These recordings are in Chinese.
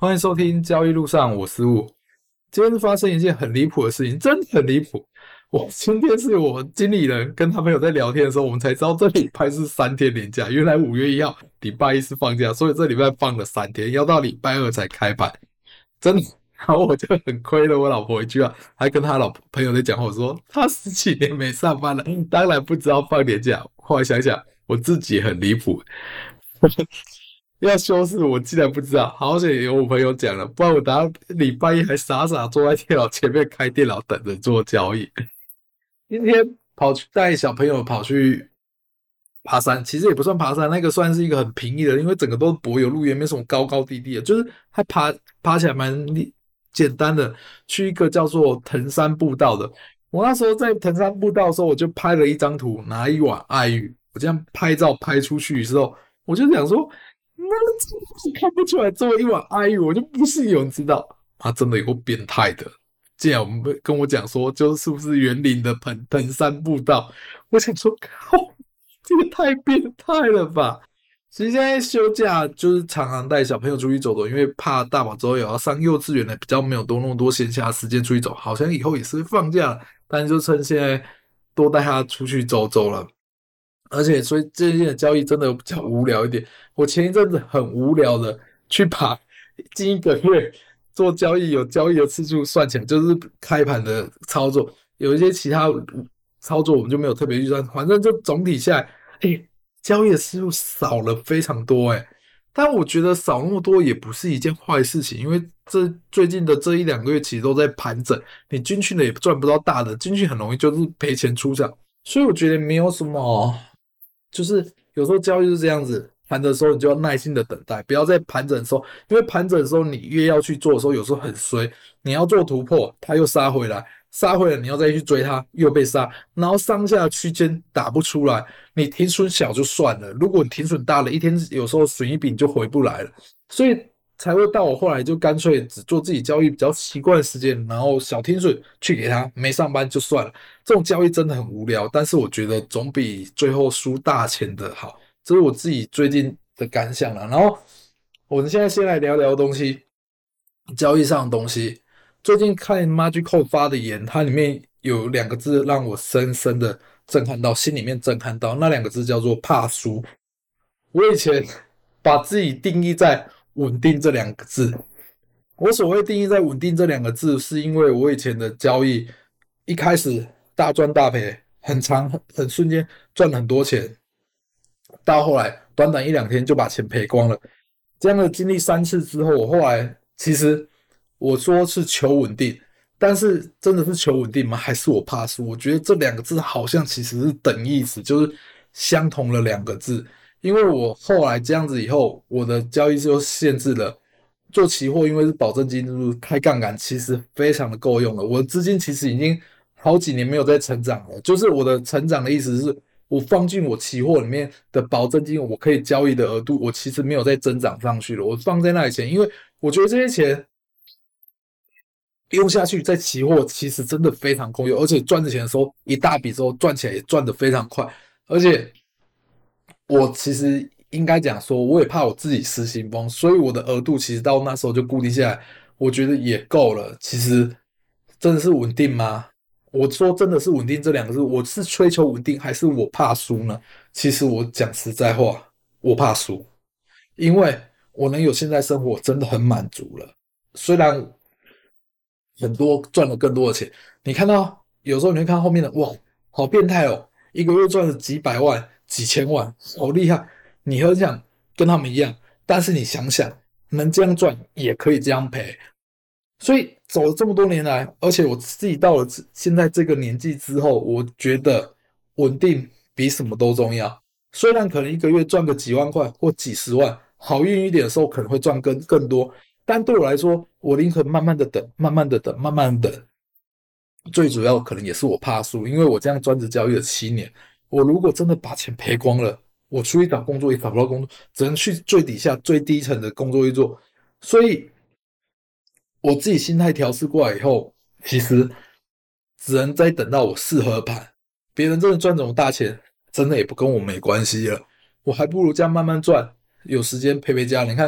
欢迎收听交易路上，我是雾。今天发生一件很离谱的事情，真的很离谱。今天是我经理人跟他朋友在聊天的时候，我们才知道这礼拜是3天连假。原来5月1号礼拜一是放假，所以这礼拜放了3天，要到礼拜二才开盘。真的，然后我就很亏了我老婆一句话，还跟他朋友在讲话，我说他10几年没上班了，当然不知道放年假。后来想想，我自己很离谱。要休市，我竟然不知道，好险有我朋友讲了，不然我等下礼拜一还傻傻坐在电脑前面开电脑等着做交易。今天跑去带小朋友跑去爬山，其实也不算爬山，那个算是一个很平易的，因为整个都是柏油路，也没什么高高低低的，就是还爬起来蛮简单的。去一个叫做藤山步道的，我那时候在藤山步道的时候，我就拍了一张图，拿一碗爱玉，我这样拍照拍出去之后，我就想说，那看不出来作为一碗爱玉，我就不信有人知道，他真的有个变态的。竟然跟我讲说，就是不是园林的藤山步道？我想说，靠，这个太变态了吧！其实现在休假就是常常带小朋友出去走走，因为怕大宝之后也要上幼稚园了，比较没有那么多闲暇时间出去走。好像以后也是会放假了，但就趁现在多带他出去走走了。而且，所以这件的交易真的比较无聊一点。我前一阵子很无聊的去把近1个月做交易有交易的次数算起来，就是开盘的操作，有一些其他操作我们就没有特别预算，反正就总体下来，交易的次数少了非常多但我觉得少那么多也不是一件坏事情，因为最近的这1、2个月其实都在盘整，你军训的也赚不到大的，军训很容易就是赔钱出场，所以我觉得没有什么。就是有时候交易是这样子，盘的时候你就要耐心的等待，不要在盘整的时候，因为盘整的时候你越要去做的时候，有时候很衰，你要做突破，它又杀回来，杀回来你要再去追它，又被杀，然后上下区间打不出来，你停损小就算了，如果你停损大了，一天有时候损一笔你就回不来了，所以才会到我后来就干脆只做自己交易比较习惯的时间，然后小停损去给他，没上班就算了。这种交易真的很无聊，但是我觉得总比最后输大钱的好，这是我自己最近的感想了。然后我们现在先来聊聊东西，交易上的东西。最近看 Magical 发的言，它里面有2个字让我深深的震撼到，心里面震撼到，那2个字叫做怕输。我以前把自己定义在稳定这2个字，我所谓定义在稳定这2个字，是因为我以前的交易一开始大赚大赔，很长很瞬间赚很多钱，到后来短短1、2天就把钱赔光了。这样的经历3次之后，我后来其实我说是求稳定，但是真的是求稳定吗？还是我怕输？我觉得这2个字好像其实是等义词，就是相同的2个字。因为我后来这样子以后，我的交易就限制了做期货，因为是保证金开杠杆，其实非常的够用了。我的资金其实已经好几年没有在成长了，就是我的成长的意思是，我放进我期货里面的保证金，我可以交易的额度，我其实没有再增长上去了。我放在那里钱，因为我觉得这些钱用下去，在期货其实真的非常够用，而且赚的钱的时候一大笔之后赚起来也赚得非常快，而且我其实应该讲说，我也怕我自己失心疯，所以我的额度其实到那时候就固定下来，我觉得也够了。其实真的是稳定吗？我说真的是稳定这2个字，我是追求稳定，还是我怕输呢？其实我讲实在话，我怕输，因为我能有现在生活真的很满足了。虽然很多赚了更多的钱，你看到有时候你会看到后面的哇，好变态哦，一个月赚了几百万、几千万，好厉害！你很想跟他们一样，但是你想想，能这样赚也可以这样赔。所以走了这么多年来，而且我自己到了现在这个年纪之后，我觉得稳定比什么都重要。虽然可能一个月赚个几万块或几十万，好运一点的时候可能会赚更多，但对我来说，我宁可慢慢的等，慢慢的等，慢慢的等。最主要可能也是我怕输，因为我这样专职交易了7年，我如果真的把钱赔光了，我出去找工作也找不到工作，只能去最底下最低层的工作去做。所以我自己心态调试过来以后，其实只能再等到我适合盘。别人真的赚这种大钱，真的也不跟我没关系了。我还不如这样慢慢赚，有时间陪陪家人。你看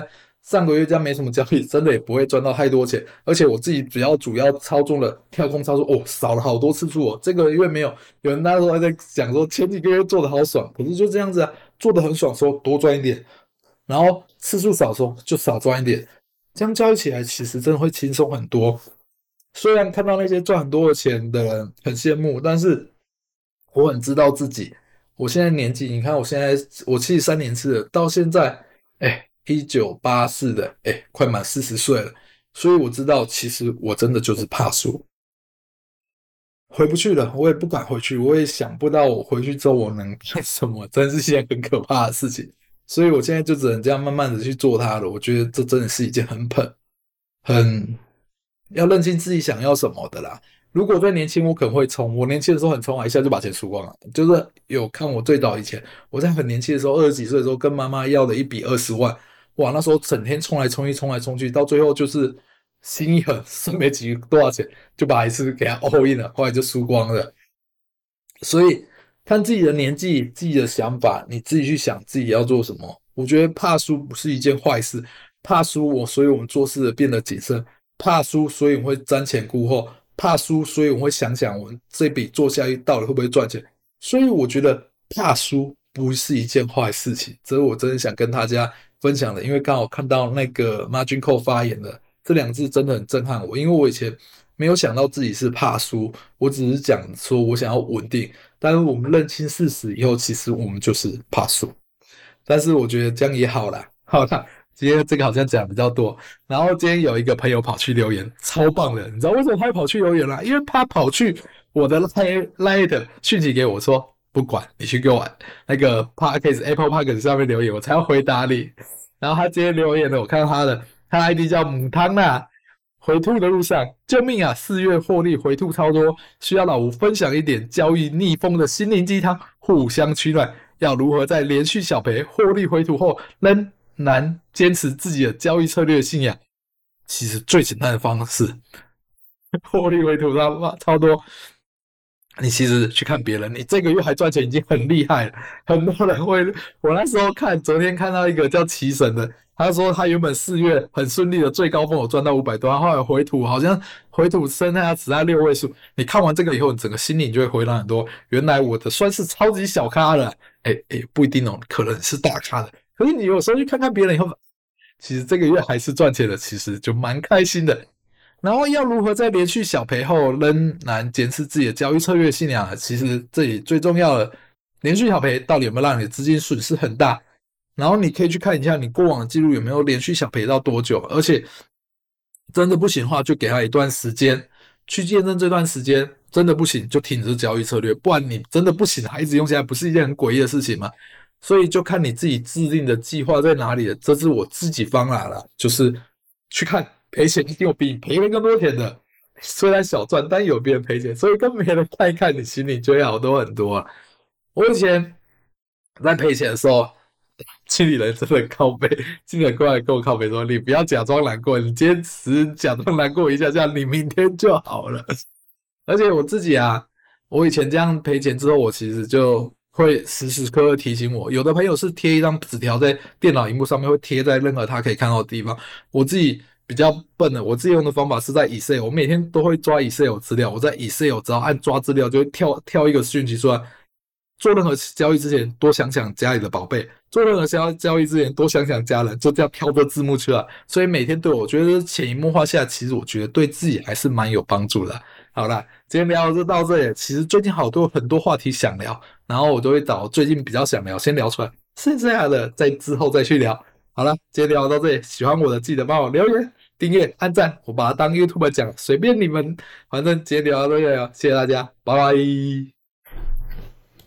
上个月这样没什么交易，真的也不会赚到太多钱。而且我自己主要操纵的跳空操作，哦，少了好多次数哦。这个月没有，有人那时候还在讲说前几个月做的好爽，可是就这样子啊，做的很爽的时候多赚一点，然后次数少的时候就少赚一点，这样交易起来其实真的会轻松很多。虽然看到那些赚很多的钱的人很羡慕，但是我很知道自己，我现在年纪，你看我现在我73年次了，到现在，1984的，快满40岁了，所以我知道，其实我真的就是怕输，回不去了，我也不敢回去，我也想不到我回去之后我能干什么，真是一件很可怕的事情。所以我现在就只能这样慢慢的去做它了。我觉得这真的是一件很要认清自己想要什么的啦。如果在年轻，我可能会冲。我年轻的时候很冲啊，一下就把钱输光了。就是有看我最早以前，我在很年轻的时候，20几岁的时候，跟妈妈要了一笔20万，哇，那时候整天冲来冲去，冲来冲去，到最后就是心一狠，剩没多少钱，就把一次给他 all in 了，后来就输光了。所以看自己的年纪、自己的想法，你自己去想自己要做什么。我觉得怕输不是一件坏事，怕输所以我们做事变得谨慎，怕输所以我们会瞻前顾后，怕输所以我们会想想我们这笔做下去到底会不会赚钱。所以我觉得怕输不是一件坏事情，这是我真的想跟大家分享的，因为刚好看到那个 Margin Call 发言的这两个字真的很震撼我，因为我以前没有想到自己是怕输，我只是讲说我想要稳定，但是我们认清事实以后，其实我们就是怕输。但是我觉得这样也好啦，好啦，今天这个好像讲比较多。然后今天有一个朋友跑去留言，超棒的，你知道为什么他会跑去留言啦？因为他跑去我的 Line 的讯息给我说，不管你去给我那个 Podcast Apple Podcast 上面留言，我才要回答你。然后他今天留言了，我看到他 ID 叫母汤啦。回吐的路上，救命啊！4月获利回吐超多，需要老吴分享一点交易逆风的心灵鸡汤，互相取暖。要如何在连续小赔、获利回吐后，仍然坚持自己的交易策略信仰？其实最简单的方式，获利回吐超多。你其实去看别人，你这个月还赚钱已经很厉害了。很多人会，我那时候昨天看到一个叫奇神的，他说他原本4月很顺利的最高峰有赚到500多万，后来回吐好像回吐剩下只在6位数。你看完这个以后，你整个心里就会回答很多。原来我的算是超级小咖了，不一定哦，可能是大咖的。可是你有时候去看看别人以后，其实这个月还是赚钱的，其实就蛮开心的。然后要如何在连续小赔后仍然坚持自己的交易策略信仰？其实这里最重要的，连续小赔到底有没有让你的资金损失很大？然后你可以去看一下你过往的记录有没有连续小赔到多久，而且真的不行的话，就给他一段时间去见证这段时间。真的不行就停止交易策略，不然你真的不行还一直用起来，不是一件很诡异的事情吗？所以就看你自己制定的计划在哪里了。这是我自己方法啦，就是去看赔钱一定有比你赔了更多钱的，虽然小赚，但有别人赔钱，所以跟别人看一看，你心里就会好多很多啊。我以前在赔钱的时候，经理人真的很靠背，经理人过来跟我靠背说：“你不要假装难过，你今天只是假装难过一下，这样你明天就好了。”而且我自己啊，我以前这样赔钱之后，我其实就会时时刻刻提醒我。有的朋友是贴一张纸条在电脑荧幕上面，会贴在任何他可以看到的地方。我自己比较笨的，我自己用的方法是在 Excel， 我每天都会抓 Excel 资料。我在 Excel 只要按抓资料，就会跳一个讯息出来。做任何交易之前，多想想家里的宝贝；做任何交易之前，多想想家人。就这样跳个字幕出来，所以每天对我觉得潜移默化下，其实我觉得对自己还是蛮有帮助的。好啦，今天聊就到这里。其实最近很多话题想聊，然后我都会找最近比较想聊，先聊出来，剩下的在之后再去聊。好了，今天聊到这里，喜欢我的记得帮我留言、订阅、按赞，我把它当 YouTube 讲，随便你们。反正今天聊到这里了，谢谢大家，拜拜。